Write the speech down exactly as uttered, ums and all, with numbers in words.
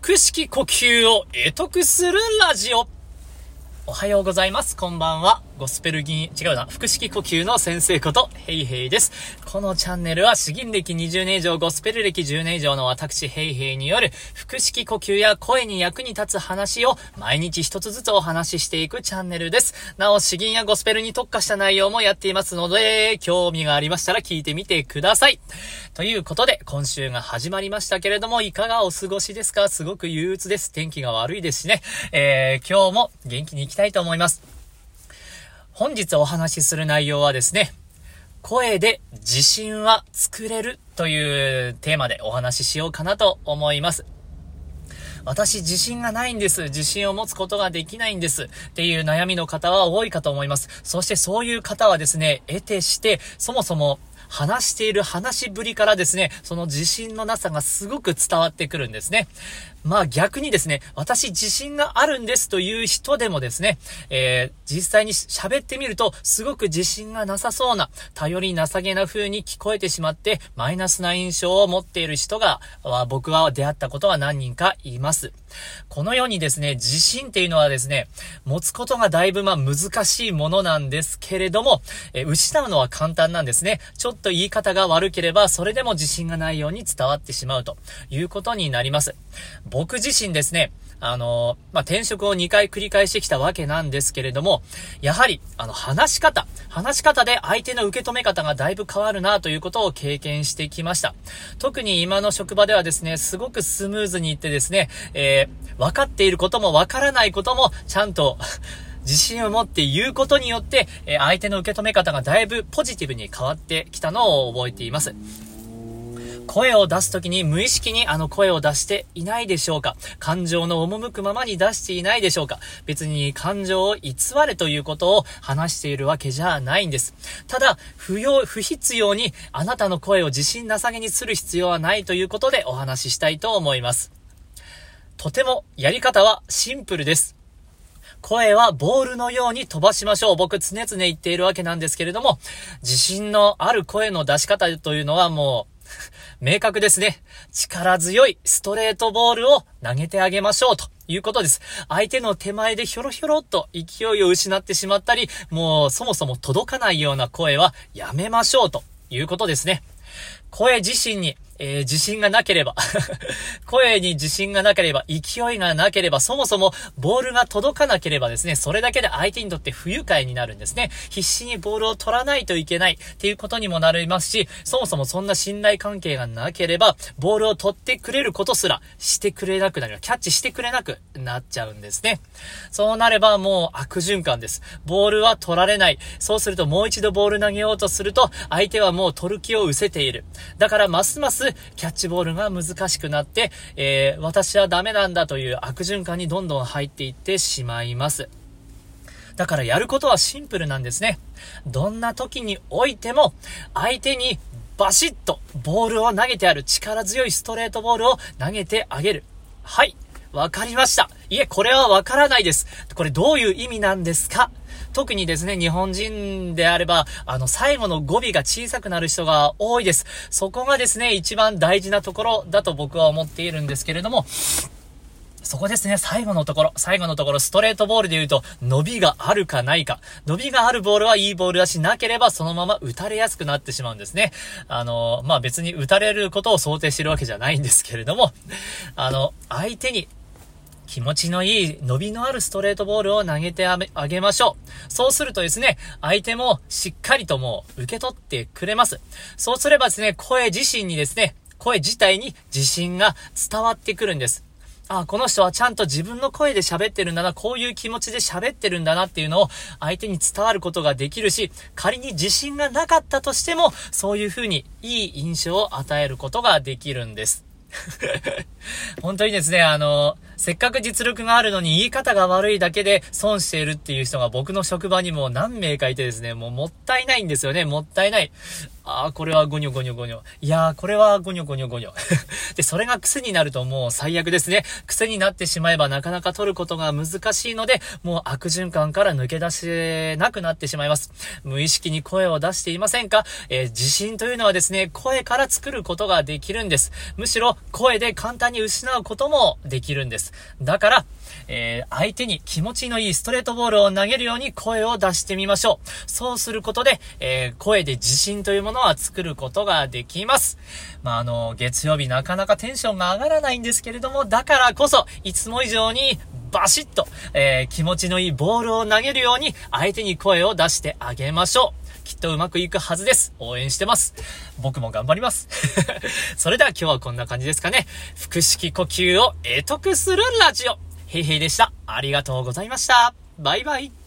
腹式呼吸を得得するラジオ。おはようございます。こんばんは。ゴスペルギン、違うな、腹式呼吸の先生こと、ヘイヘイです。このチャンネルは、詩吟歴にじゅうねん以上、ゴスペル歴じゅうねん以上の私、ヘイヘイによる、腹式呼吸や声に役に立つ話を、毎日一つずつお話ししていくチャンネルです。なお、詩吟やゴスペルに特化した内容もやっていますので、興味がありましたら聞いてみてください。ということで、今週が始まりましたけれども、いかがお過ごしですか？すごく憂鬱です。天気が悪いですしね。えー、今日も元気に行きたいと思います。本日お話しする内容はですね、声で自信は作れるというテーマでお話ししようかなと思います。私自信がないんです。自信を持つことができないんです。っていう悩みの方は多いかと思います。そしてそういう方はですね、得てして、そもそも話している話しぶりからですね、その自信のなさがすごく伝わってくるんですね。まあ逆にですね、私自信があるんですという人でもですね、えー、実際に喋ってみるとすごく自信がなさそうな、頼りなさげな風に聞こえてしまってマイナスな印象を持っている人が、僕は出会ったことは何人かいます。このようにですね、自信っていうのはですね、持つことがだいぶまあ難しいものなんですけれども、えー、失うのは簡単なんですね。ちょっと言い方が悪ければそれでも自信がないように伝わってしまうということになります。僕自身ですね、あの、まあ、転職をにかい繰り返してきたわけなんですけれども、やはり、あの、話し方、話し方で相手の受け止め方がだいぶ変わるなということを経験してきました。特に今の職場ではですね、すごくスムーズにいってですね、えー、分かっていることも分からないこともちゃんと自信を持って言うことによって、えー、相手の受け止め方がだいぶポジティブに変わってきたのを覚えています。声を出すときに無意識にあの声を出していないでしょうか？感情の赴くままに出していないでしょうか？別に感情を偽れということを話しているわけじゃないんです。ただ、不要、不必要にあなたの声を自信なさげにする必要はないということでお話ししたいと思います。とてもやり方はシンプルです。声はボールのように飛ばしましょう。僕常々言っているわけなんですけれども、自信のある声の出し方というのはもう明確ですね。力強いストレートボールを投げてあげましょうということです。相手の手前でひょろひょろっと勢いを失ってしまったり、もうそもそも届かないような声はやめましょうということですね。声自身に、えー、自信がなければ声に自信がなければ、勢いがなければ、そもそもボールが届かなければですね、それだけで相手にとって不愉快になるんですね。必死にボールを取らないといけないっていうことにもなりますし、そもそもそんな信頼関係がなければボールを取ってくれることすらしてくれなくなる、キャッチしてくれなくなっちゃうんですね。そうなればもう悪循環です。ボールは取られない。そうするともう一度ボール投げようとすると相手はもう取る気を失せている。だからますますキャッチボールが難しくなって、えー、私はダメなんだという悪循環にどんどん入っていってしまいます。だからやることはシンプルなんですね。どんな時においても相手にバシッとボールを投げてある、力強いストレートボールを投げてあげる。はい、わかりました。いえ、これはわからないです。これどういう意味なんですか？特にですね、日本人であれば、あの、最後の語尾が小さくなる人が多いです。そこがですね、一番大事なところだと僕は思っているんですけれども、そこですね、最後のところ、最後のところ、ストレートボールで言うと、伸びがあるかないか。伸びがあるボールはいいボールだし、なければそのまま打たれやすくなってしまうんですね。あの、まあ、別に打たれることを想定しているわけじゃないんですけれども、あの、相手に、気持ちのいい伸びのあるストレートボールを投げてあげましょう。そうするとですね、相手もしっかりともう受け取ってくれます。そうすればですね、声自身にですね、声自体に自信が伝わってくるんです。あ、この人はちゃんと自分の声で喋ってるんだな、こういう気持ちで喋ってるんだなっていうのを相手に伝わることができるし、仮に自信がなかったとしても、そういう風にいい印象を与えることができるんです。本当にですね、あの、せっかく実力があるのに言い方が悪いだけで損しているっていう人が僕の職場にも何名かいてですね、もうもったいないんですよね、もったいない。 ああ、これはゴニョゴニョゴニョ。いやー、これはゴニョゴニョゴニョ。で、それが癖になるともう最悪ですね。癖になってしまえばなかなか取ることが難しいので、もう悪循環から抜け出せなくなってしまいます。無意識に声を出していませんか？えー、自信というのはですね、声から作ることができるんです。むしろ声で簡単に失うこともできるんです。だから、えー、相手に気持ちのいいストレートボールを投げるように声を出してみましょう。そうすることで、えー、声で自信というものは作ることができます。まあ、あの、月曜日なかなかテンションが上がらないんですけれども、だからこそ、いつも以上にバシッと、えー、気持ちのいいボールを投げるように、相手に声を出してあげましょう。きっとうまくいくはずです。応援してます。僕も頑張ります。それでは今日はこんな感じですかね。腹式呼吸を得得するラジオ。ヘイヘイでした。ありがとうございました。バイバイ。